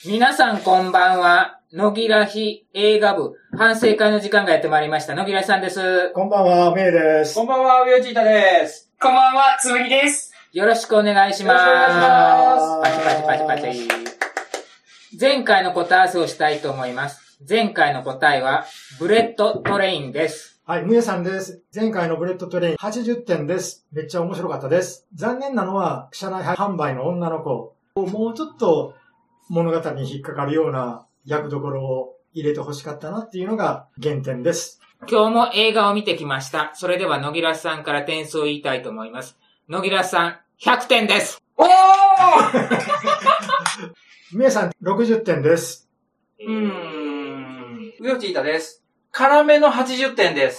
皆さんこんばんは。野木らひ映画部反省会の時間がやってまいりました。野木らひさんです。 こんばんは、めいです。 こんばんは、みよちいたです。 こんばんは、つむぎです。 よろしくお願いします。 よろしくお願いします。 パチパチパチパチ。前回の答え合わせをしたいと思います。前回の答えは、ブレッドトレインです。 はい、むえさんです。前回のブレッドトレイン80点です。めっちゃ面白かったです。残念なのは、車内販売の女の子。もうちょっと物語に引っかかるような役どころを入れて欲しかったなっていうのが原点です。 今日も映画を見てきました。それでは野木らさんから点数を言いたいと思います。野木らさん、100点です。 おーみえさん、60点です。 みよちいたです。辛めの80点です。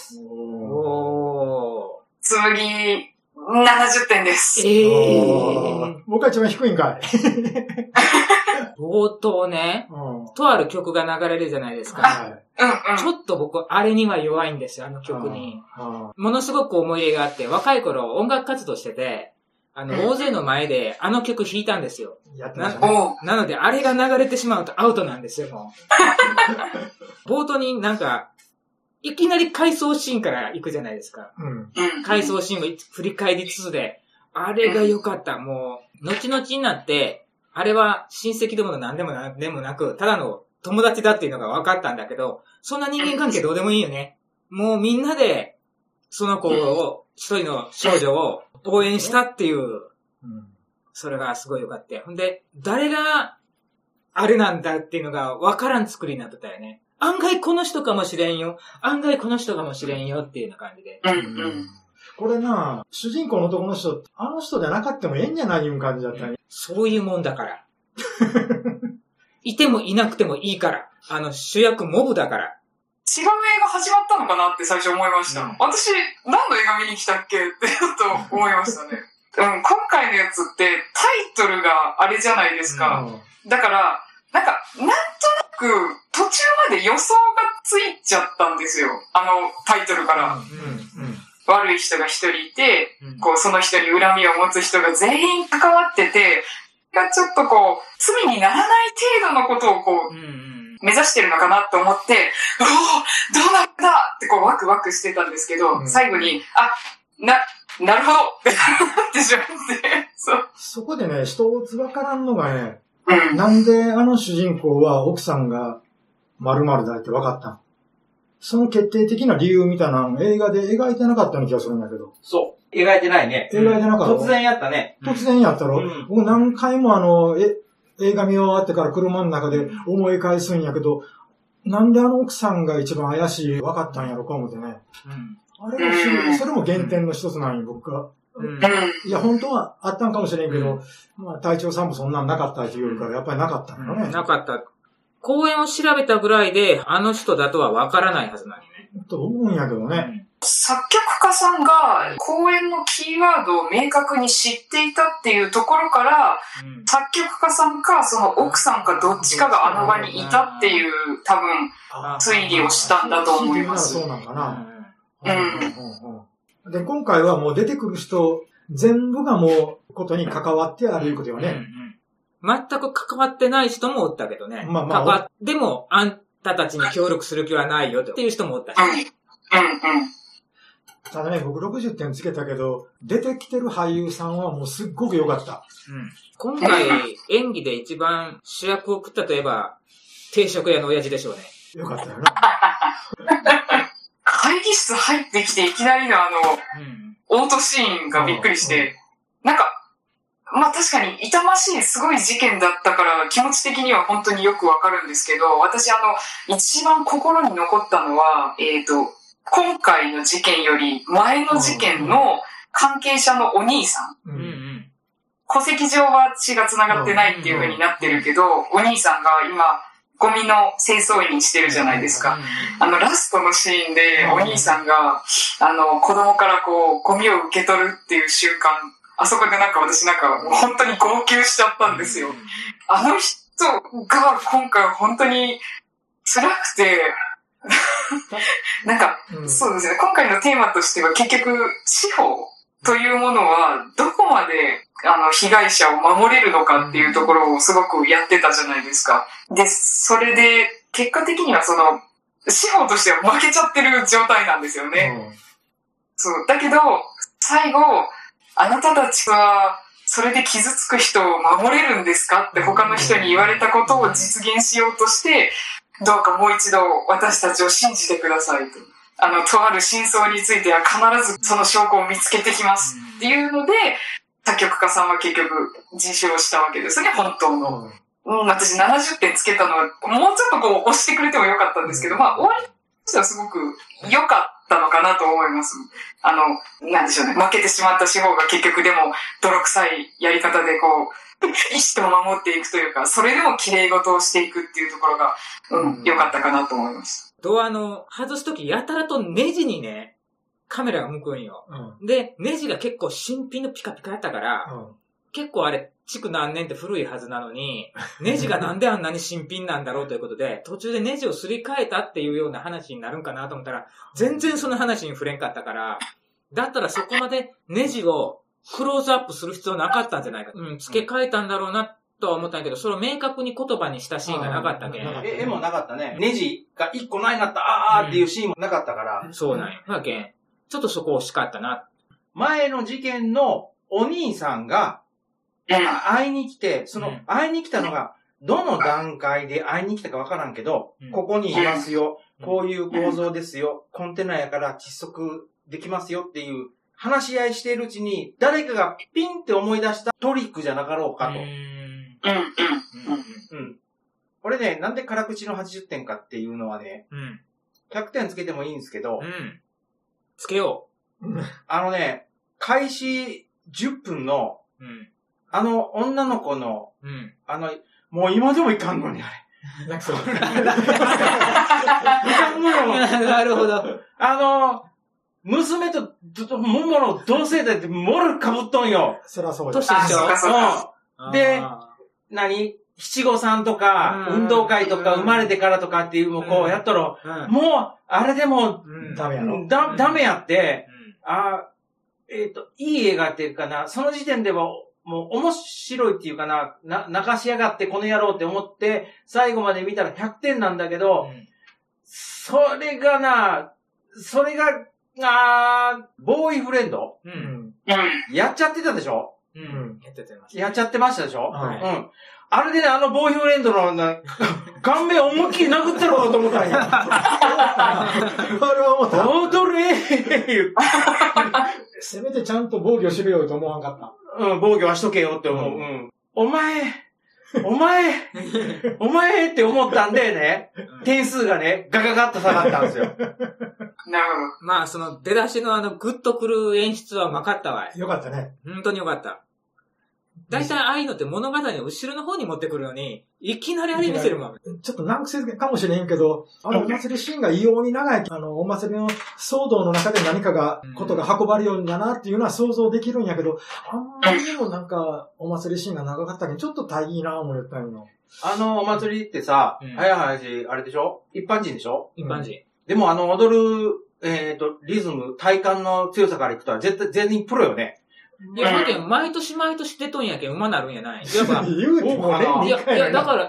つむぎ、70点です。 僕は一番低いんかい。 冒頭ね、とある曲が流れるじゃないですか。 はい、 ちょっと僕、あれには弱いんですよ、あの曲に。ものすごく思い入れがあって、若い頃音楽活動してて、大勢の前であの曲弾いたんですよ。 やってましたね。 なので、あれが流れてしまうとアウトなんですよ、もう。冒頭になんか、いきなり回想シーンから行くじゃないですか。回想シーンを振り返りつつで、あれが良かった。もう、後々になって、あれは親戚でも何でもなく、ただの友達だっていうのが分かったんだけど、そんな人間関係どうでもいいよね。もうみんなで、その子を、一人の少女を応援したっていう、それがすごい良かった。ほんで、誰があれなんだっていうのが分からん作りになってたよね。案外この人かもしれんよ。案外この人かもしれんよっていうような感じで。 これな、主人公の男の人、あの人じゃなかったもええんじゃないいう感じだったね。 そういうもんだから。いてもいなくてもいいから。主役モブだから。 違う映画始まったのかなって最初思いました。私、何の映画見に来たっけってちょっと思いましたね。今回のやつってタイトルがあれじゃないですか。だから、なんとなく途中まで予想がついちゃったんですよ。タイトルから。悪い人が一人いて、その人に恨みを持つ人が全員関わってて、ちょっと罪にならない程度のことを目指してるのかなと思って、どうなったってワクワクしてたんですけど、最後に、なるほどってなってしまって、 そこでね、一つわからんのがね、なんで主人公は奥さんが〇〇だって分かったん？その決定的な理由みたいなの映画で描いてなかったような気がするんだけど。 そう。描いてないね。 描いてなかった。 突然やったね。 突然やったろ。僕何回も映画見終わってから車の中で思い返すんやけど、なんで奥さんが一番怪しい分かったんやろか思ってね。あれもそれも原点の一つなんよ、僕は。いや、本当はあったんかもしれんけど、隊長さんもそんなんなかったっていうから、やっぱりなかったんだよね。 なかった。公演を調べたぐらいで、あの人だとは分からないはずなんよね。 と思うんやけどね。 作曲家さんが公演のキーワードを明確に知っていたっていうところから、作曲家さんかその奥さんかどっちかがあの場にいたっていう多分推理をしたんだと思います。 そうなんかな。で、今回はもう出てくる人全部がもうことに関わってあるいうことよね。 全く関わってない人もおったけどね。でも、あんたたちに協力する気はないよっていう人もおったし。 ただね、僕60点つけたけど、出てきてる俳優さんはもうすっごく良かった。 今回、演技で一番主役を食ったといえば、定食屋の親父でしょうね。 良かったよね。 会議室入ってきていきなりのオートシーンがびっくりして、確かに痛ましいすごい事件だったから気持ち的には本当によくわかるんですけど、私一番心に残ったのは、今回の事件より前の事件の関係者のお兄さん。戸籍上は血が繋がってないっていう風になってるけど、お兄さんが今、ゴミの清掃員してるじゃないですか。ラストのシーンでお兄さんが、子供からゴミを受け取るっていう瞬間、あそこで私本当に号泣しちゃったんですよ。あの人が今回本当に辛くて、そうですね。今回のテーマとしては結局司法というものは、どこまで、被害者を守れるのかっていうところをすごくやってたじゃないですか。で、それで、結果的には司法としては負けちゃってる状態なんですよね。そう。だけど、最後、あなたたちは、それで傷つく人を守れるんですかって他の人に言われたことを実現しようとして、どうかもう一度私たちを信じてくださいと。とある真相については必ずその証拠を見つけてきますっていうので、作曲家さんは結局自首をしたわけですね、本当の。私70点つけたのは、もうちょっと押してくれてもよかったんですけど、終わりとしてはすごく良かったのかなと思います。なんでしょうね、負けてしまった司法が結局でも泥臭いやり方で意志を守っていくというか、それでも綺麗事をしていくっていうところが、良かったかなと思います。 ドアの外すときやたらとネジにね、カメラが向くんよ。で、ネジが結構新品のピカピカやったから、結構あれ、築何年って古いはずなのに、ネジがなんであんなに新品なんだろうということで、途中でネジをすり替えたっていうような話になるんかなと思ったら、全然その話に触れんかったから、だったらそこまでネジをクローズアップする必要なかったんじゃないか。付け替えたんだろうなとは思ったんやけど、それを明確に言葉にしたシーンがなかったけん。 絵もなかったね。ネジが一個ないなった、っていうシーンもなかったから。 そうなんや。だけん、ちょっとそこ惜しかったな。 前の事件のお兄さんが、会いに来て、会いに来たのが、どの段階で会いに来たかわからんけど、ここにいますよ、こういう構造ですよ、コンテナやから窒息できますよっていう話し合いしているうちに、誰かがピンって思い出したトリックじゃなかろうかと。これね、なんで辛口の80点かっていうのはね、100点つけてもいいんですけど、 つけよう。開始10分の、女の子の、もう今でもいかんのに、あれ。なんかそう。いかんのよ。 なるほど。 娘と、桃の同性代ってモル被っとんよ。 そらそうです。年でしょ。で、七五三とか、運動会とか生まれてからとかっていうもうやっとろ。もう、あれでも、 ダメやろ。 ダメやって、いい映画っていうかな、その時点では、もう面白いっていうかな、泣かしやがってこの野郎って思って、最後まで見たら100点なんだけど、それが、ボーイフレンド、やっちゃってたでしょ？やっちゃってましたでしょ？あれでね、ボーイフレンドの、顔面思いっきり殴ったろうと思ったんや。踊れせめてちゃんと防御しろよと思わんかった。 防御はしとけよって思う。お前って思ったんでね、点数がね、ガガガッと下がったんですよ。 なるほど。 まあ、出だしのグッとくる演出はうまかったわ。 よかったね。 本当によかった。大体ああいうのって物語の後ろの方に持ってくるのに、いきなりあれ見せるもん。 ちょっと難癖かもしれんけど、お祭りシーンが異様に長い。お祭りの騒動の中で何かことが運ばれるようだなっていうのは想像できるんやけど、あんまりにもお祭りシーンが長かったけど、ちょっと大義な思ったんよ。 お祭りってさ、早い話、あれでしょ？一般人でしょ？ 一般人。 でも踊る、リズム、体幹の強さからいくとは全員プロよね。 いや、だけど、毎年出とんやけん、馬なるんやない。やっぱ。 言うてもね。 だから、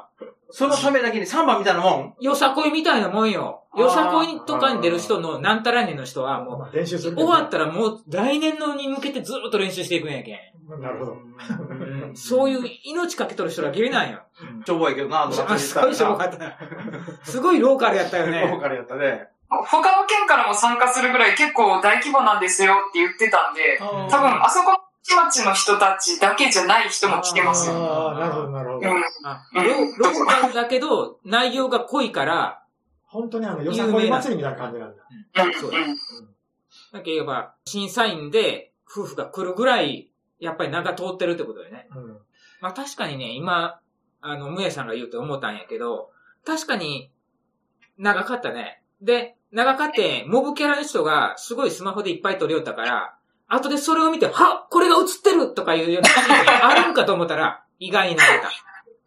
そのためだけに3番みたいなもん？ よさこいみたいなもんよ。よさこいとかに出る人の、なんたら年の人はもう、 練習する。 終わったらもう、来年のに向けてずっと練習していくんやけん。なるほど。 そういう命かけとる人がギリなんよ。 しょぼいけどな、 すごいしょぼかったな。すごいローカルやったよね。 ローカルやったね。 他の県からも参加するぐらい結構大規模なんですよって言ってたんで、多分あそこの町の人たちだけじゃない人も来てますよ。 なるほど、なるほど。 ローカルだけど、内容が濃いから、 本当によさこい祭りみたいな感じなんだ。 そうだけど、審査員で夫婦が来るぐらい、やっぱり名が通ってるってことだよね。まあ確かにね、今、むやさんが言うて思ったんやけど、確かに、長かったね。で、長かって、モブキャラの人がすごいスマホでいっぱい撮りよったから、後でそれを見て、はっこれが映ってるとかいうような感じがあるんかと思ったら、意外になかった。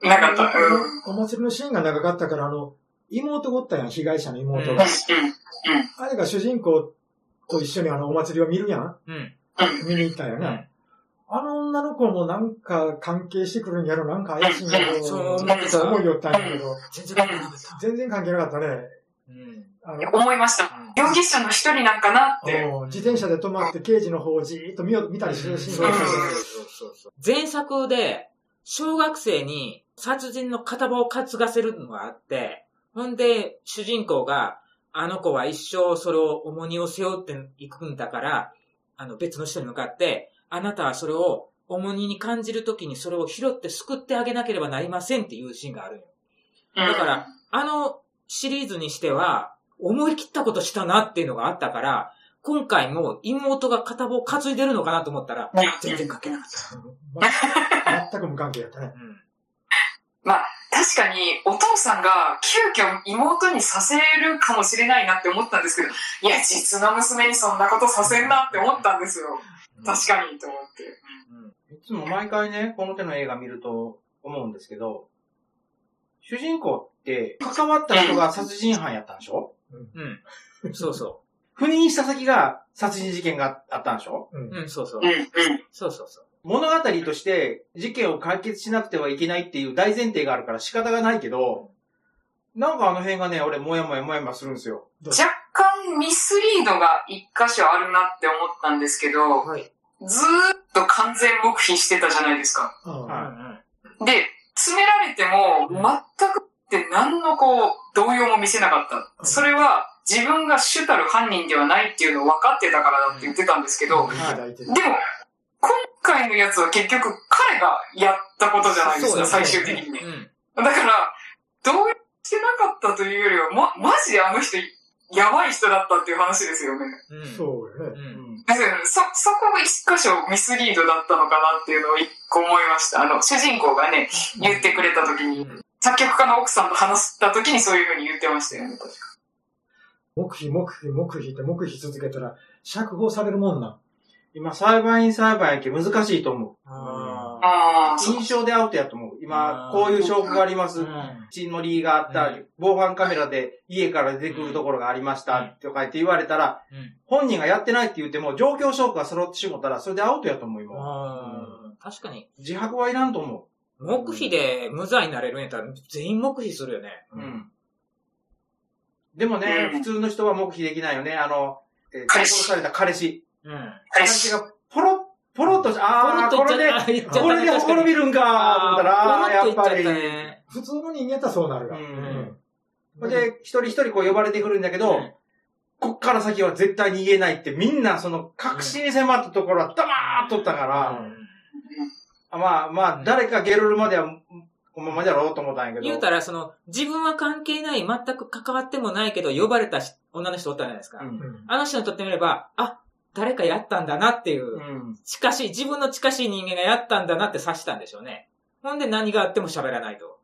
なかった。 お祭りのシーンが長かったから、妹がおったやん、被害者の妹が。あれが主人公、 と一緒にお祭りを見るやん。見に行ったんやね。あの女の子もなんか関係してくるんやろ、なんか怪しいんやろ、そう思いよったんやけど、全然関係なかったね。 思いました。容疑者の一人なんかなって。 自転車で止まって刑事の方をじーっと見たりするシーンがあった。 前作で、小学生に殺人の片棒を担がせるのがあって、ほんで、主人公が、あの子は一生それを重荷を背負っていくんだから、別の人に向かって、あなたはそれを重荷に感じるときにそれを拾って救ってあげなければなりませんっていうシーンがあるよ。だから、シリーズにしては、思い切ったことしたなっていうのがあったから、今回も妹が片棒を担いでるのかなと思ったら、全然関係なかった。全く無関係だったね。 まあ、確かにお父さんが急遽妹にさせるかもしれないなって思ったんですけど、いや、実の娘にそんなことさせんなって思ったんですよ。確かにと思って。 いつも毎回ね、この手の映画見ると思うんですけど、主人公って関わった人が殺人犯やったんでしょ？ そうそう。 赴任した先が殺人事件があったんでしょ？ そうそう。そうそうそう。 物語として事件を解決しなくてはいけないっていう大前提があるから仕方がないけど、なんかあの辺がね、俺もやもやするんですよ。 若干ミスリードが一箇所あるなって思ったんですけど、ずーっと完全黙秘してたじゃないですか。で、詰められても全くって何の動揺も見せなかった。それは自分が主たる犯人ではないっていうのを分かってたからだって言ってたんですけど、でも、今回のやつは結局彼がやったことじゃないですか、最終的にね。だから、動揺してなかったというよりは、マジあの人、やばい人だったっていう話ですよね。 そうよね。 そこが一箇所ミスリードだったのかなっていうのを一個思いました。主人公がね、言ってくれた時に、作曲家の奥さんと話した時にそういう風に言ってましたよね、確か。 黙秘って黙秘続けたら釈放されるもんな。 今、裁判員やけ難しいと思う。印象でアウトやと思う。今、こういう証拠があります。血のりがあった。防犯カメラで家から出てくるところがありました。とかって言われたら、本人がやってないって言っても、状況証拠が揃ってしもたら、それでアウトやと思う、今。 確かに。 自白はいらんと思う。黙秘で無罪になれるんやったら、全員黙秘するよね。 でもね、普通の人は黙秘できないよね。解放された彼氏。彼氏がポロッと、これでほころびるんかと思ったら、やっぱり。 普通の人間やったらそうなるよ。 で、一人一人呼ばれてくるんだけど、こっから先は絶対逃げないってみんな確信に迫ったところは黙ーっとったから、まあ、誰かゲロるまでは、このままじゃろうと思ったんやけど。 言うたら、自分は関係ない、全く関わってもないけど、呼ばれた女の人おったじゃないですか。あの人にとってみれば、誰かやったんだなっていう、自分の近しい人間がやったんだなって察したんでしょうね。ほんで何があっても喋らないと。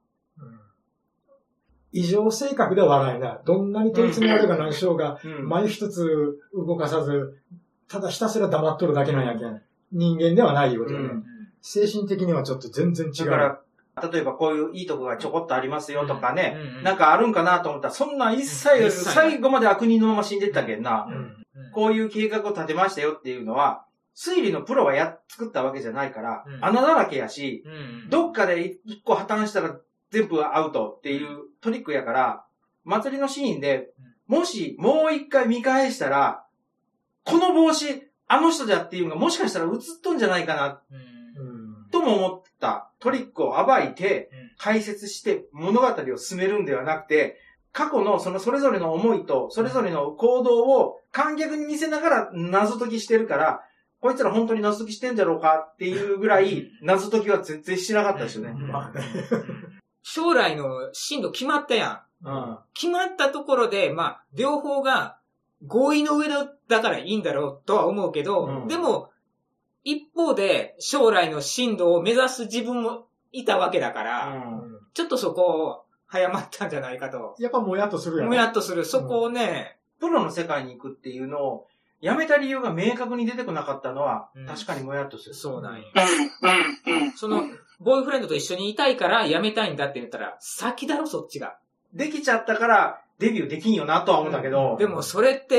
異常性格では笑えない。どんなに問い詰められるか何しようが、眉一つ動かさず、ただひたすら黙っとるだけなんやけん。人間ではないようでね。精神的にはちょっと全然違う。 だから、例えばこういういいとこがちょこっとありますよとかね、なんかあるんかなと思ったら、そんなん一切、最後まで悪人のまま死んでったけんな。こういう計画を立てましたよっていうのは、推理のプロは作ったわけじゃないから、穴だらけやし、どっかで一個破綻したら全部アウトっていうトリックやから、祭りのシーンで、もしもう一回見返したら、この帽子、あの人じゃっていうのがもしかしたら映っとんじゃないかな、とも思ったトリックを暴いて、解説して物語を進めるんではなくて、過去のそれぞれの思いと、それぞれの行動を観客に見せながら謎解きしてるから、こいつら本当に謎解きしてんじゃろうかっていうぐらい、謎解きは全然しなかったですよね。 将来の進路決まったやん。決まったところで、両方が合意の上だからいいんだろうとは思うけど、でも、一方で将来の進路を目指す自分もいたわけだから、ちょっとそこを早まったんじゃないかと。 やっぱもやっとするやん。 もやっとする。そこをね、 プロの世界に行くっていうのを、やめた理由が明確に出てこなかったのは、確かにもやっとする。 そうなんや。ボーイフレンドと一緒にいたいから辞めたいんだって言ったら、先だろ、そっちが。 できちゃったから、デビューできんよなとは思うんだけど。 でもそれって、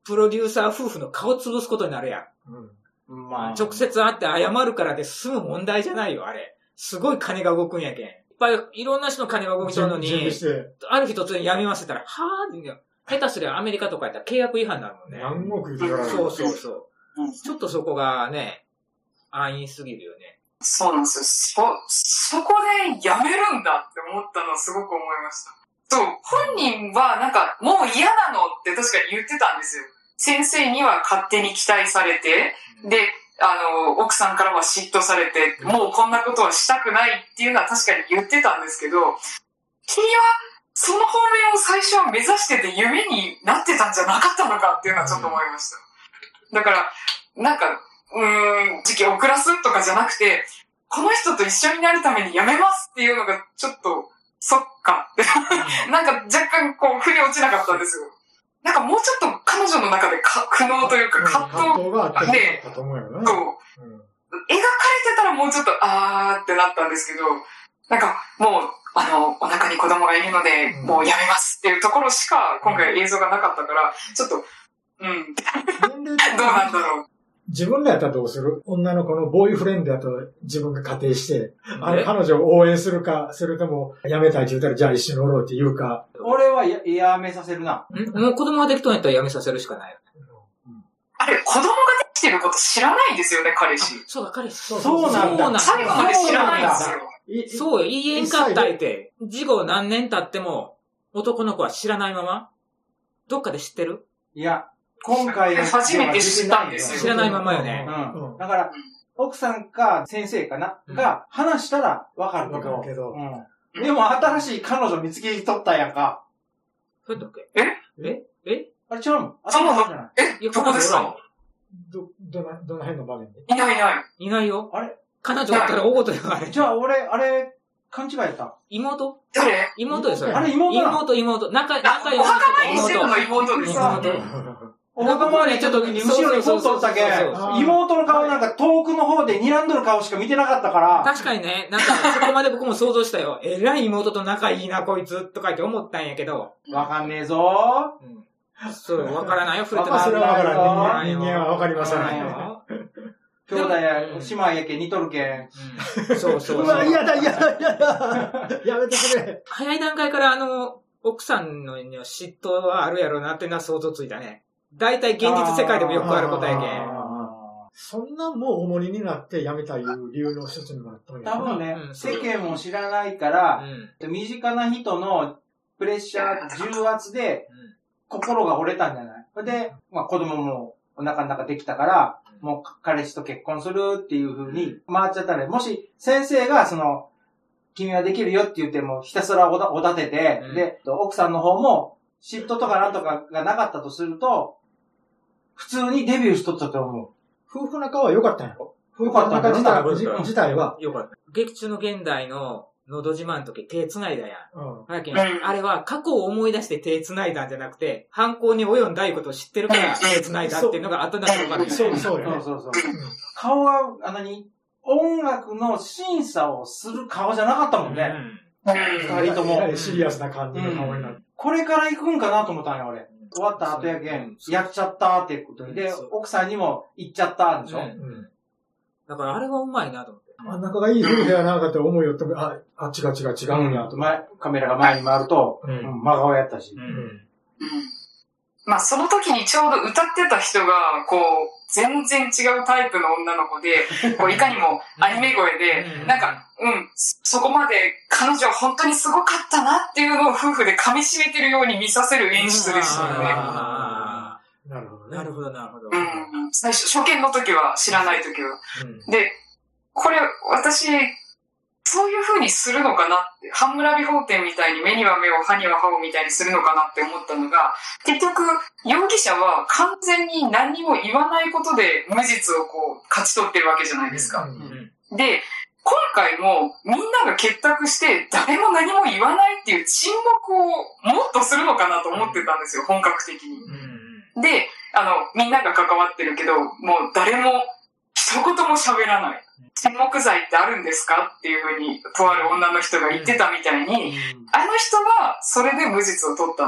プロデューサー夫婦の顔潰すことになるやん。まあ、直接会って謝るからで済む問題じゃないよ、あれ。すごい金が動くんやけん。いっぱいいろんな人の金が動いてるのに、ある日突然辞めませたら、はぁーって言う。下手すりゃアメリカとかやったら契約違反になるもんね。 何億言ってから。 そう。ちょっとそこがね、安易すぎるよね。 そうなんですよ。そこで辞めるんだって思ったのはすごく思いました。そう、本人はなんかもう嫌なのって確かに言ってたんですよ。先生には勝手に期待されて、で、奥さんからは嫉妬されて、もうこんなことはしたくないっていうのは確かに言ってたんですけど、君はその方面を最初は目指してて夢になってたんじゃなかったのかっていうのはちょっと思いました。だから、なんか、時期遅らすとかじゃなくて、この人と一緒になるために辞めますっていうのがちょっと、そっかって。なんか若干こう、腑に落ちなかったんですよ。なんかもうちょっと彼女の中で苦悩というか葛藤があったと思うよね。 そう。描かれてたらもうちょっとあーってなったんですけど、なんかもう、お腹に子供がいるので、もうやめますっていうところしか今回映像がなかったから、ちょっと、どうなんだろう。 自分らやったらどうする？女の子のボーイフレンドやと自分が仮定して、彼女を応援するか、それとも辞めたいって言ったらじゃあ一緒におろうって言うか。 俺はやめさせるな。 もう子供ができとんやったら辞めさせるしかないよね。 あれ、子供ができてること知らないんですよね、彼氏。 そうだ、彼氏。 そうなんだ。 最後まで知らないんですよ。 そうよ、言えんかったって。事後何年経っても男の子は知らないままどっかで知ってる？ いや。今回初めて知ったんですよ。 知らないままよね。 だから、奥さんか先生かな、が話したらわかるけど。でも新しい彼女見つけとったやんか。 そうやったっけ？ あれ違うの？ どこですか？ どの辺の場面で？ いないよ。 あれ？ 彼女だったら大事よ、あれ。 じゃあ俺、あれ、勘違いやった。 妹？ 誰？ 妹ですよ。 あれ妹なの？ 妹。仲良くお墓参りしてるの妹です。 お墓参りちょっと後ろにポンとおったけ、妹の顔なんか遠くの方で睨んどる顔しか見てなかったから。 確かにね、なんかそこまで僕も想像したよ。えらい妹と仲いいなこいつとか言って思ったんやけど。 わかんねえぞー。そう、わからないよ、 触れてない。それはわからん。人間はわかりませんよ。 兄弟や姉妹やけ似とるけん。 そう。 うわ、嫌だ。やめてくれ。 早い段階から奥さんのには嫉妬はあるやろうなっていうのは想像ついたね。大体現実世界でもよくあることやけん。 そんなもう重荷になって辞めたいう理由の一つにもなったんや。 多分ね、世間も知らないから、身近な人のプレッシャー、重圧で、心が折れたんじゃない？で、子供もお腹の中できたから、もう彼氏と結婚するっていう風に回っちゃったら、もし先生が君はできるよって言ってもひたすらおだてて、で、奥さんの方も嫉妬とかなんとかがなかったとすると、普通にデビューしとったと思う。 夫婦仲は良かったんやろ？ 良かったんだ。自体は。 良かった。劇中の現代ののど自慢の時手繋いだやん。あれは過去を思い出して手繋いだんじゃなくて、犯行に及んだいうことを知ってるから手繋いだっていうのが後で分かる。 そう。 顔は、音楽の審査をする顔じゃなかったもんね。二人とも。 シリアスな感じの顔になる。 これから行くんかなと思ったんよ、俺。終わった後やけん、やっちゃったっていうことで、奥さんにも言っちゃったんでしょ。 だからあれはうまいなと思って。 仲がいい夫婦やなかって思いよって、違うんやと。 カメラが前に回ると、真顔やったし。 まあその時にちょうど歌ってた人が、全然違うタイプの女の子で、いかにもアニメ声で、なんか、そこまで彼女は本当にすごかったなっていうのを夫婦で噛み締めてるように見させる演出でしたよね。 なるほどね。 なるほど。 最初、初見の時は、知らない時は。で、これ、私、そういう風にするのかなって、ハンムラビ法典みたいに目には目を、歯には歯をみたいにするのかなって思ったのが、結局、容疑者は完全に何にも言わないことで無実を勝ち取ってるわけじゃないですか。で、今回もみんなが結託して誰も何も言わないっていう沈黙をもっとするのかなと思ってたんですよ、本格的に。で、みんなが関わってるけど、もう誰も一言も喋らない。沈黙罪ってあるんですかっていうふうに、とある女の人が言ってたみたいに、あの人はそれで無実を取ったんだと。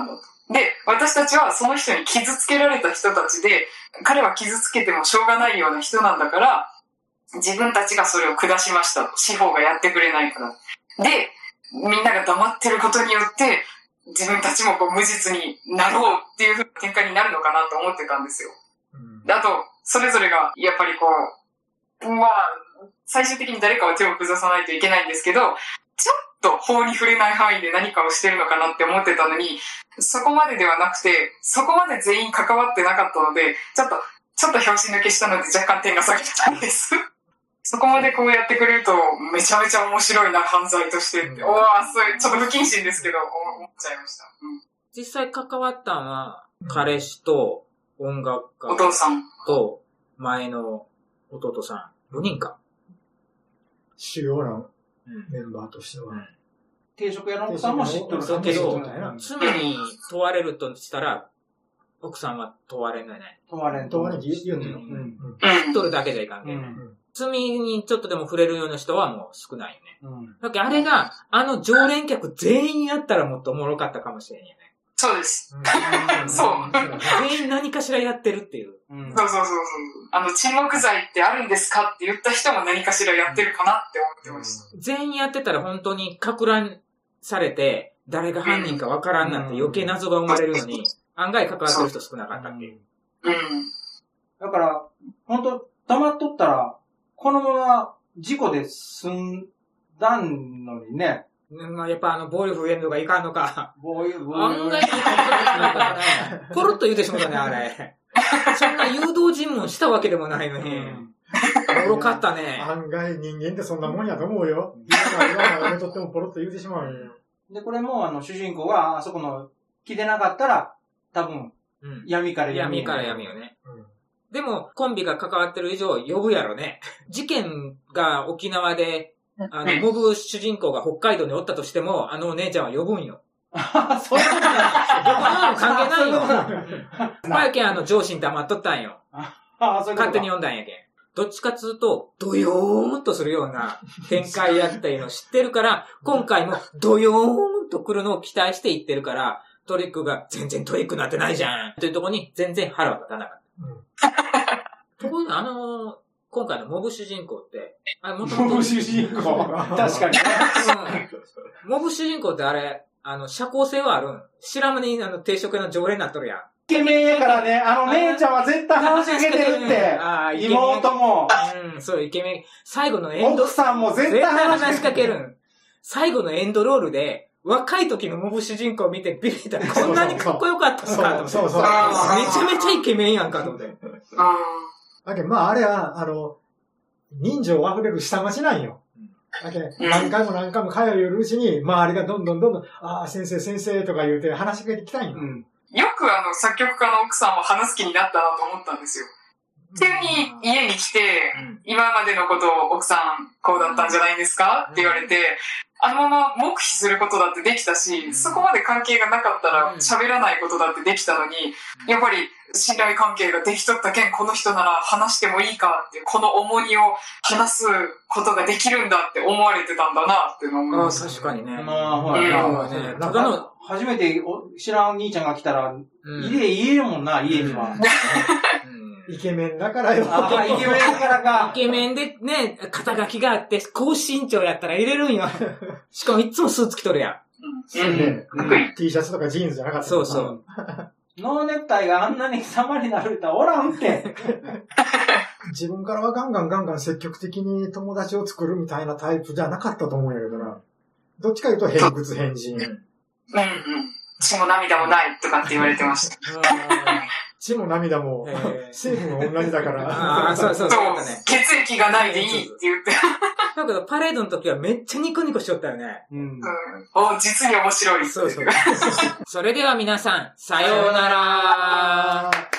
で、私たちはその人に傷つけられた人たちで、彼は傷つけてもしょうがないような人なんだから、自分たちがそれを下しました。司法がやってくれないから。で、みんなが黙ってることによって、自分たちもこう無実になろうっていう展開になるのかなと思ってたんですよ。であと、それぞれが、やっぱりこう、まあ、最終的に誰かは手を下さないといけないんですけど、ちょっと法に触れない範囲で何かをしてるのかなって思ってたのに、そこまでではなくて、そこまで全員関わってなかったので、ちょっと拍子抜けしたので若干点が下がったんです。そこまでこうやってくれると、めちゃめちゃ面白いな、犯罪としてって。おー、そういう、ちょっと不謹慎ですけど、思っちゃいました。 実際関わったのは、彼氏と音楽家。 お父さん。 と、前の弟さん。4人か。 主要なメンバーとしては。 定食屋の奥さんも知っとるけど、罪に問われるとしたら、奥さんは問われないね。 問われん。 言うんだよ。 知っとるだけじゃいかんけん。罪にちょっとでも触れるような人はもう少ないよね。だけどあれが、常連客全員やったらもっとおもろかったかもしれんよね。 そうです。そう。 全員何かしらやってるっていう。 そう。沈黙罪ってあるんですかって言った人も何かしらやってるかなって思ってました。 全員やってたら本当に撹乱されて、誰が犯人かわからんなんて余計謎が生まれるのに、案外関わってる人少なかったっていう。 だから、本当黙っとったら、このまま事故で済んだのにね。 やっぱ暴力増えんのがいかんのか。案外ポロッと言うてしまったね、あれ。そんな誘導尋問したわけでもないのに。おもろかったね。 案外人間ってそんなもんやと思うよ。今のとってもポロッと言うてしまうよ。 で、これも主人公があそこの来てなかったら、多分、闇から闇よね。でも、コンビが関わってる以上呼ぶやろね。事件が沖縄で、モブ主人公が北海道におったとしても、お姉ちゃんは呼ぶんよ。 そういうことだ。 関係ないよ。パヤケン上司に黙っとったんよ。勝手に呼んだんやけん。どっちかつうと、ドヨーンとするような展開やったいうのを知ってるから、今回もドヨーンと来るのを期待して言ってるから、トリックが全然トリックになってないじゃんというところに全然腹は立たなかった。ところが今回のモブ主人公って、 モブ主人公確かにね。 モブ主人公ってあれ、社交性はあるん。知らん間に定食屋の常連になっとるやん。 イケメンやからね、姉ちゃんは絶対話しかけてるって。妹も。 そう、イケメン。最後の奥さんも絶対話しかけるん。最後のエンドロールで、若い時のモブ主人公見てビビったらこんなにかっこよかったのかと思って。めちゃめちゃイケメンやんかと思って。 だけど、まああれは、人情溢れる下町なんよ。だけど、何回も通ううちに、周りがどんどん、先生とか言うて話しかけてきたんよ。 よく作曲家の奥さんは話す気になったなと思ったんですよ。急に家に来て、今までのことを奥さんこうだったんじゃないですかって言われて、あのまま黙秘することだってできたし、そこまで関係がなかったら喋らないことだってできたのに、やっぱり信頼関係ができとったけん、この人なら話してもいいかって、この重荷を話すことができるんだって思われてたんだなって思いました。 確かにね。 なんか初めて知らん兄ちゃんが来たら、言えるもんな、家には。 イケメンだからよ。 イケメンだからか。 イケメンでね、肩書きがあって、高身長やったら入れるんよ。しかもいつもスーツ着とるやん。 T シャツとかジーンズじゃなかった。 そうそう。 ノーネクタイがあんなに様になる人はおらんって。 自分からはガンガン積極的に友達を作るみたいなタイプじゃなかったと思うんやけどな。どっちか言うと偏屈変人。 血も涙もないとかって言われてました。 血も涙も成分は同じだから。 そう。 血液がないでいいって言って。 だけどパレードの時はめっちゃニコニコしとったよね。 実に面白い。 そう。それでは皆さん、さようなら。